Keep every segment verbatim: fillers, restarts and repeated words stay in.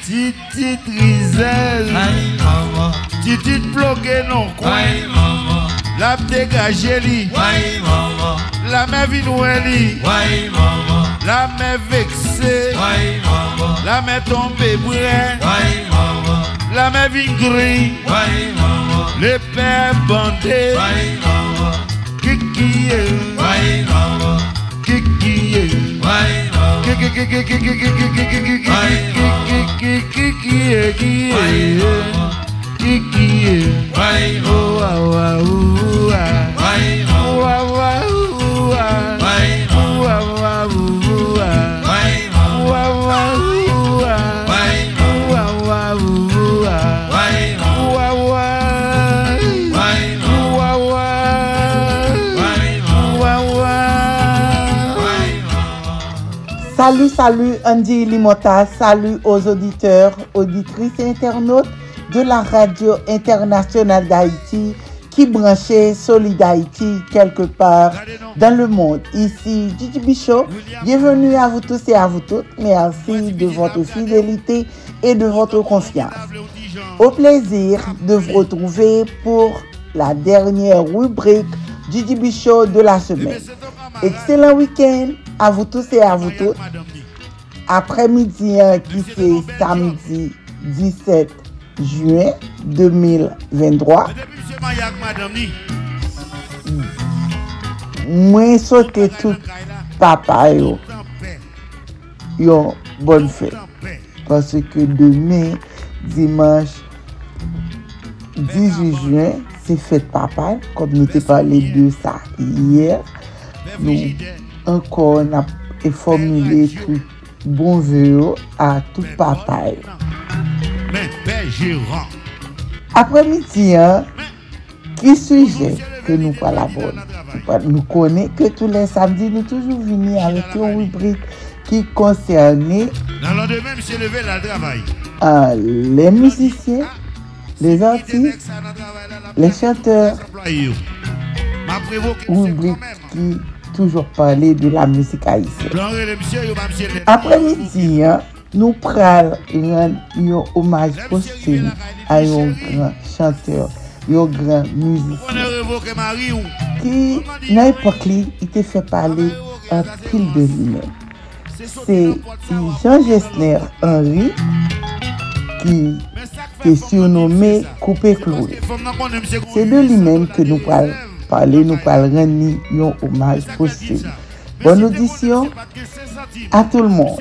Titi Trizel, Titi bloqué non quoi. La dégagé li, la main vinoueli, la main vexée, la main tombée brun, la main vingri, le père bandé, kiki kiki Salut, salut Andy Limota, salut aux auditeurs, auditrices et internautes de la radio internationale d'Haïti qui branchait Solid Haïti quelque part dans le monde. Ici Gigi Bichot, bienvenue à vous tous et à vous toutes. Merci de votre fidélité et de votre confiance. Au plaisir de vous retrouver pour la dernière rubrique Gigi Bichot de la semaine. Excellent week-end à vous tous et à vous toutes. Après-midi hein, qui c'est samedi dix-sept juin deux mille vingt-trois. Moi sauté tout papa yo. Yo bonne fête. Parce que demain dimanche dix-huit juin c'est fête papa comme nous t'ai parlé de ça hier. Nous encore on a formulé tout bon vœu à tout papa. Après-midi, hein, qui sujet que nous parlons nous connaissons que tous les samedis nous toujours venir avec une rubrique qui concerne euh, les musiciens, les artistes, les chanteurs. Rubrique qui toujours parler de la musique haïtienne. Après-midi, hein, nous prenons un hommage posthume à un grand chanteur, un grand musicien qui, dans l'époque, il était fait parler un pile de lui-même. C'est Jean Gessner Henry qui est surnommé Coupé Cloué. C'est de lui-même que nous parlons. Parler, nous parlerons un hommage posthume. Bonne audition à tout le monde.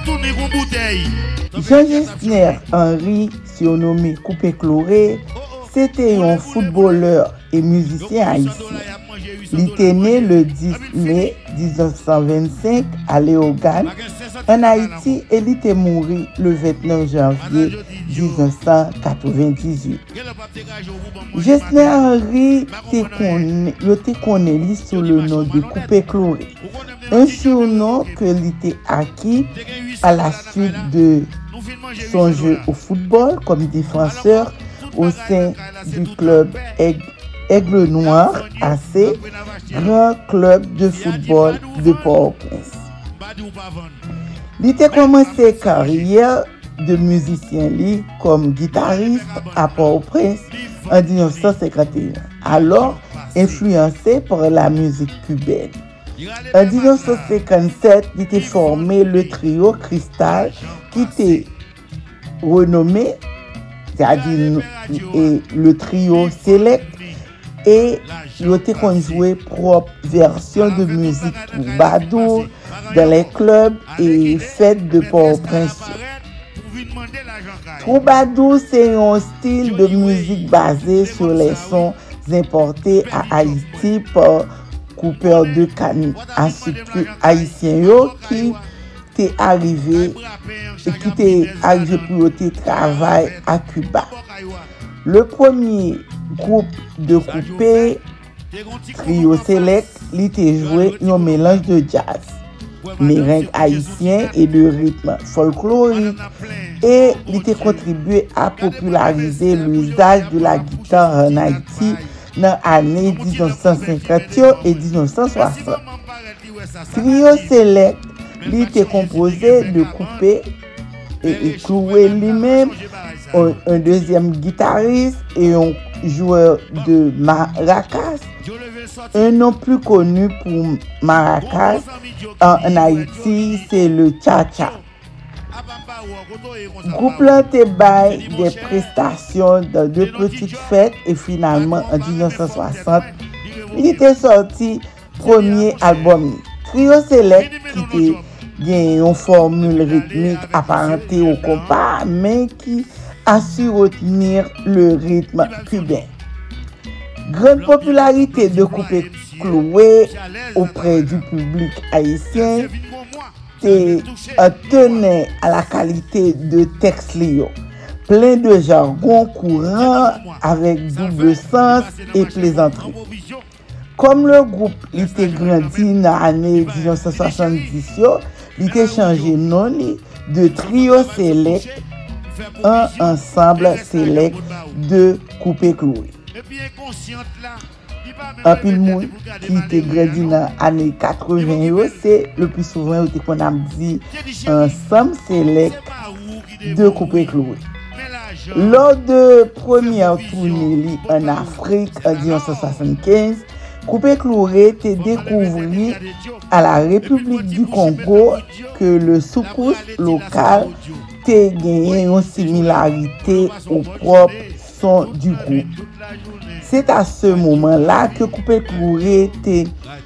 Jean Gessner Henry, surnommé Coupé Cloué, c'était un footballeur et musicien haïtien. Il était né le dix mai dix-neuf cent vingt-cinq à Léogane, en Haïti, et il était mort le vingt-neuf janvier dix-neuf cent quatre-vingt-dix-huit. Gessner Henry était connu sous le nom de Coupé Cloué, un surnom que l'était acquis à la suite de son jeu au football comme défenseur au sein du club Aigle Aigle Noir A C, grand club de football de Port-au-Prince. Il a commencé sa carrière de musicien comme guitariste à Port-au-Prince en dix-neuf cent cinquante et un, alors influencé par la musique cubaine. En dix-neuf cent cinquante-sept, il a formé le trio Cristal qui était renommé, c'est-à-dire et le trio Select, et il a joué propre version de musique troubadour dans les clubs et fêtes de Port-au-Prince. Troubadour, c'est un style de musique basé sur les sons importés à Haïti par coupeurs de canne à sucre haïtien qui est arrivé et qui est arrivé pour le travail à Cuba. Le premier groupe de coupé, Trio Select, il était joué un mélange de jazz, merengue haïtien et de rythme folklorique, et il était contribué à populariser l'usage de la guitare en Haïti dans les années dix-neuf cent cinquante et dix-neuf cent soixante. Trio Select, il était composé de coupé et Chloé lui-même, un, un deuxième guitariste et un joueur de maracas. Un nom plus connu pour maracas en, en Haïti, c'est le cha-cha. Groupe là te bail des prestations dans deux petites fêtes et finalement en dix-neuf cent soixante, il était sorti premier album Trio Select qui était une formule rythmique apparentée au compas mais qui a su retenir le rythme cubain. Grande popularité de Coupé Chloé auprès du public haïtien tenait à la qualité de texte Lio, plein de jargon courant avec double sens et plaisanterie. Comme le groupe était grandi dans l'année dix-neuf cent soixante-dix, il était changé nom de Trio Select, un ensemble select de Coupé Chloé. Un peu de monde qui était grandi dans les années quatre-vingts, c'est le plus souvent qu'on a dit ensemble select de Coupé Chloé. Lors de première tournée en Afrique en dix-neuf cent soixante-quinze, Coupé Chloé était découvert à la République du Congo que le soukous local était gagné une similarité au propre son du groupe. C'est à ce moment-là que Coupé Chloé était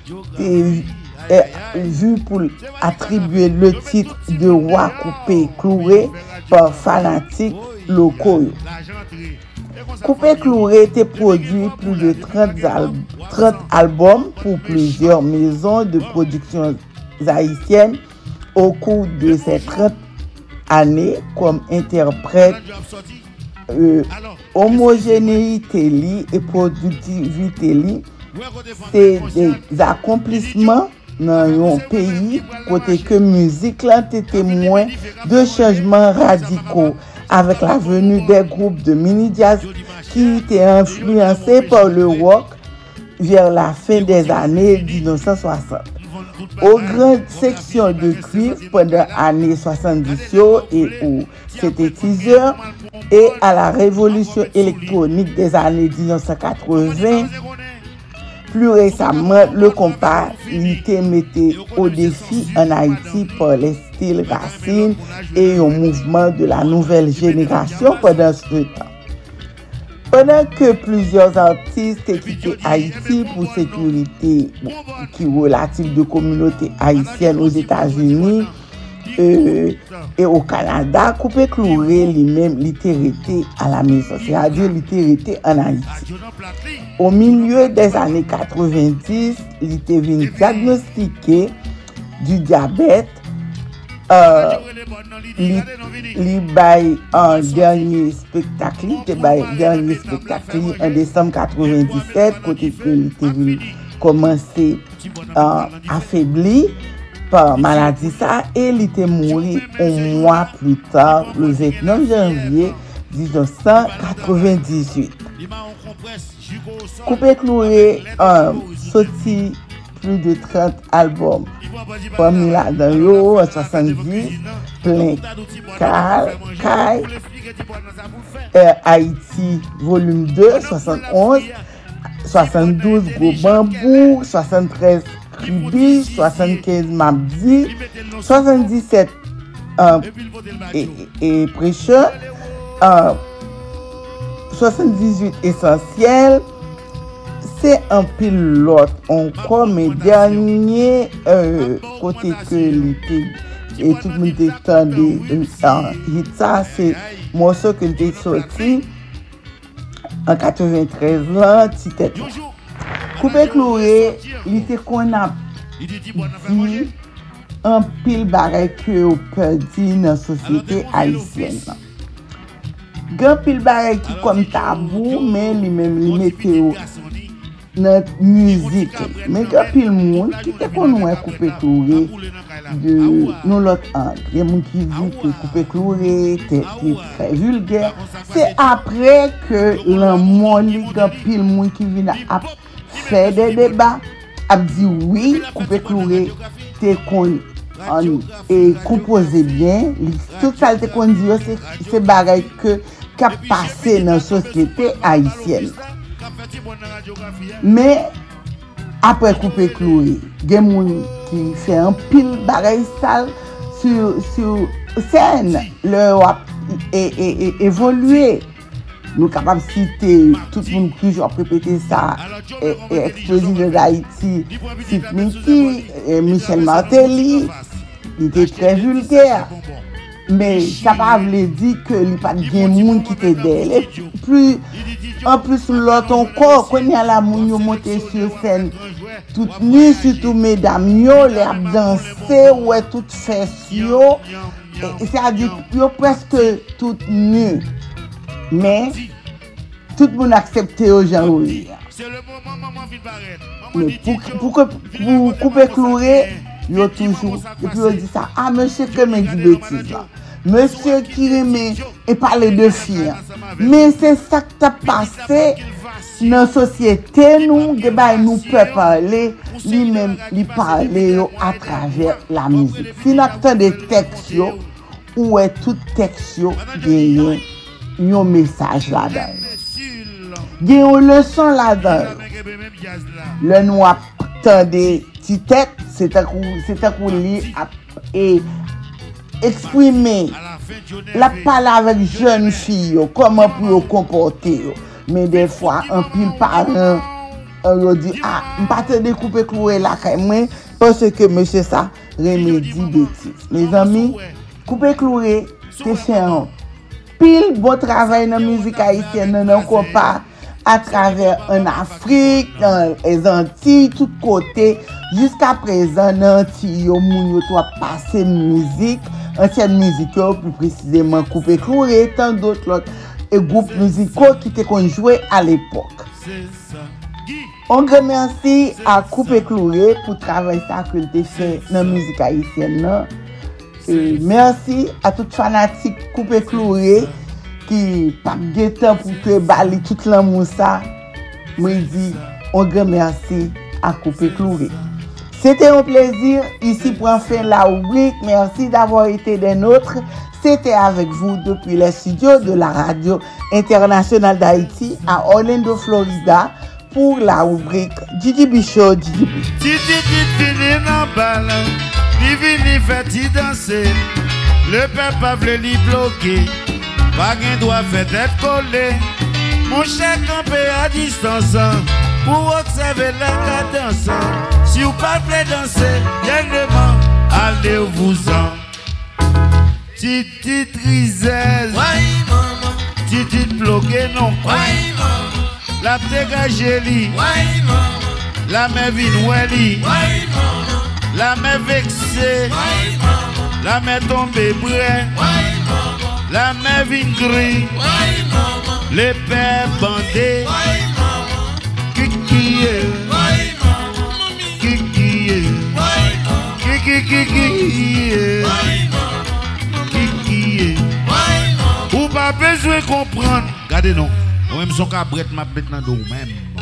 vu pour attribuer le titre de roi Coupé Chloé par fanatiques locaux. Coupé Chloé était produit plus de trente, al- trente albums pour plusieurs maisons de production haïtiennes au cours de ces trente années comme interprète. Euh, homogénéité li et productivité li, c'est des accomplissements dans un pays côté que musique là était témoin de changements radicaux avec la venue des groupes de mini jazz qui étaient influencés par le rock vers la fin des années dix-neuf cent soixante. Aux grandes sections de cuivre pendant les années soixante-dix et au synthétiseur et à la révolution électronique des années dix-neuf cent quatre-vingts. Plus récemment, le compas était mis au défi en Haïti par les styles racines et au mouvement de la nouvelle génération pendant ce temps. Pendant que plusieurs artistes quittent Haïti pour sécurité qui relative de communauté haïtienne aux États-Unis euh, et au Canada, Coupé Chloé lui-même littératé à la maison, c'est-à-dire littératé en Haïti. Au milieu des années quatre-vingt-dix, il était venu diagnostiquer du diabète. Euh, li bay un dernier spectacle, li bay dernier spectacle en décembre quatre-vingt-dix-sept, côté que il était commencé euh, affaibli par maladie ça et il était mort un mois plus tard, le vingt-neuf janvier dix-neuf cent quatre-vingt-dix-huit. Coupé Chloé euh, sorti plus de trente albums. Parmi là dans yo en soixante-dix, plein Cal, Kai, euh, Haïti volume deux, soixante et onze, soixante-douze Gros Bambou, soixante-treize Kribi, soixante-quinze Mabdi, soixante-dix-sept euh, et, et Prêcheur, euh, soixante-dix-huit Essentiel. C'est un pilote encore, mais dernier euh, côté que l'été et tout le monde attendait euh, ça, c'est morceau que j'ai sorti en quatre-vingt-treize ans, titre. Coupé Chloé, il était qu'on a dit un pile bagay que on peut dire dans la société haïtienne. Grand pile bagay qui comme tabou, mais lui-même il mettait notre musique, mais il y a pile monde qui te connaît Coupé Chloé de nous l'autre angle. Il y a des gens qui disent que Coupé Chloé était très vulgaire. C'est après que le monde, il y a pile monde qui vient à faire des débats, a dit oui, Coupé Chloé était et composé bien, tout ça te conduit c'est c'est bagaille que qui a passé dans la société haïtienne. Mais après couper cloué, il y a des gens qui fait un pile bagaille sale sur sur scène, leur et, et, et évoluer. Nous sommes capables de citer tout le monde qui toujours répéter ça, et, et Explosion d'Haïti, Sid Miki, Michel Martelly, il était très vulgaire. Mais ça ne veut pas dire que il n'y a pas de monde qui était d'elle. Plus, en plus, l'autre encore, quand il y a la moun monté sur scène, toute nue, surtout mesdames, yo, les danser, ouais, toutes fesses, yo, c'est-à-dire, yo presque toutes nues. Mais tout le monde accepte aux gens. Mais pour, pour, pour couper cloué, il y a toujours. Et puis on dit ça. Ah, monsieur qui me dit bêtise là. Monsieur qui remet et parler de filles. Mais c'est ça qui a passé dans la société. Nous, débat, nous pouvons parler, lui-même, lui parler à travers la musique. Si nous avons des textes, où est tout texte, il y a un message là-dedans. Il y a une leçon là-dedans. Le noir tant des petits textes, c'est un coup, c'est un coup et exprimer la parole avec jeune fille, comment pour se comporter. Mais des fois, un pile parent, on dit ah, je pas te découper clouer là moi parce que monsieur ça remédie bêtise. Mes amis, couper clouer, c'est fait un pile bon travail dans la musique haïtienne, non pas à travers en Afrique, dans les Antilles, tout côté. Jusqu'à présent, dans Antilles, moun yo doit passer musique, ancienne musique, plus précisément coupé cloué, tant d'autres groupes musicaux qui étaient joués à l'époque. On remercie à Coupé Cloué pour le travail que tu as fait dans la musique haïtienne. Et merci à tous les fanatiques Coupé Cloué qui pas de temps pour te balayer toute l'amour ça. Moi dis on remercie à Coupé Cloué. C'était un plaisir ici pour en fin la rubrique. Merci d'avoir été des nôtres. C'était avec vous depuis les studios de la radio internationale d'Haïti à Orlando, Florida pour la rubrique Didi Bichot, Didi Bichot. Titi fini dans balle, ni vini fait danser. Le peuple a voulu li bloquer, pas qu'un doit fait être collé. Mon cher campé à distance pour observer la cadence. Si vous pas voulez danser, bien demain, allez-vous-en. Titi Trizel, Titi bloqué non quoi. La dégagé li, la main vinoueli, la main vexée, la main tombée brun, la main vin gris, les pères bandés, kiki kiki kiki kiki ou pas besoin de comprendre. Regardez non, moi-même son cabrette m'a bête dans le même.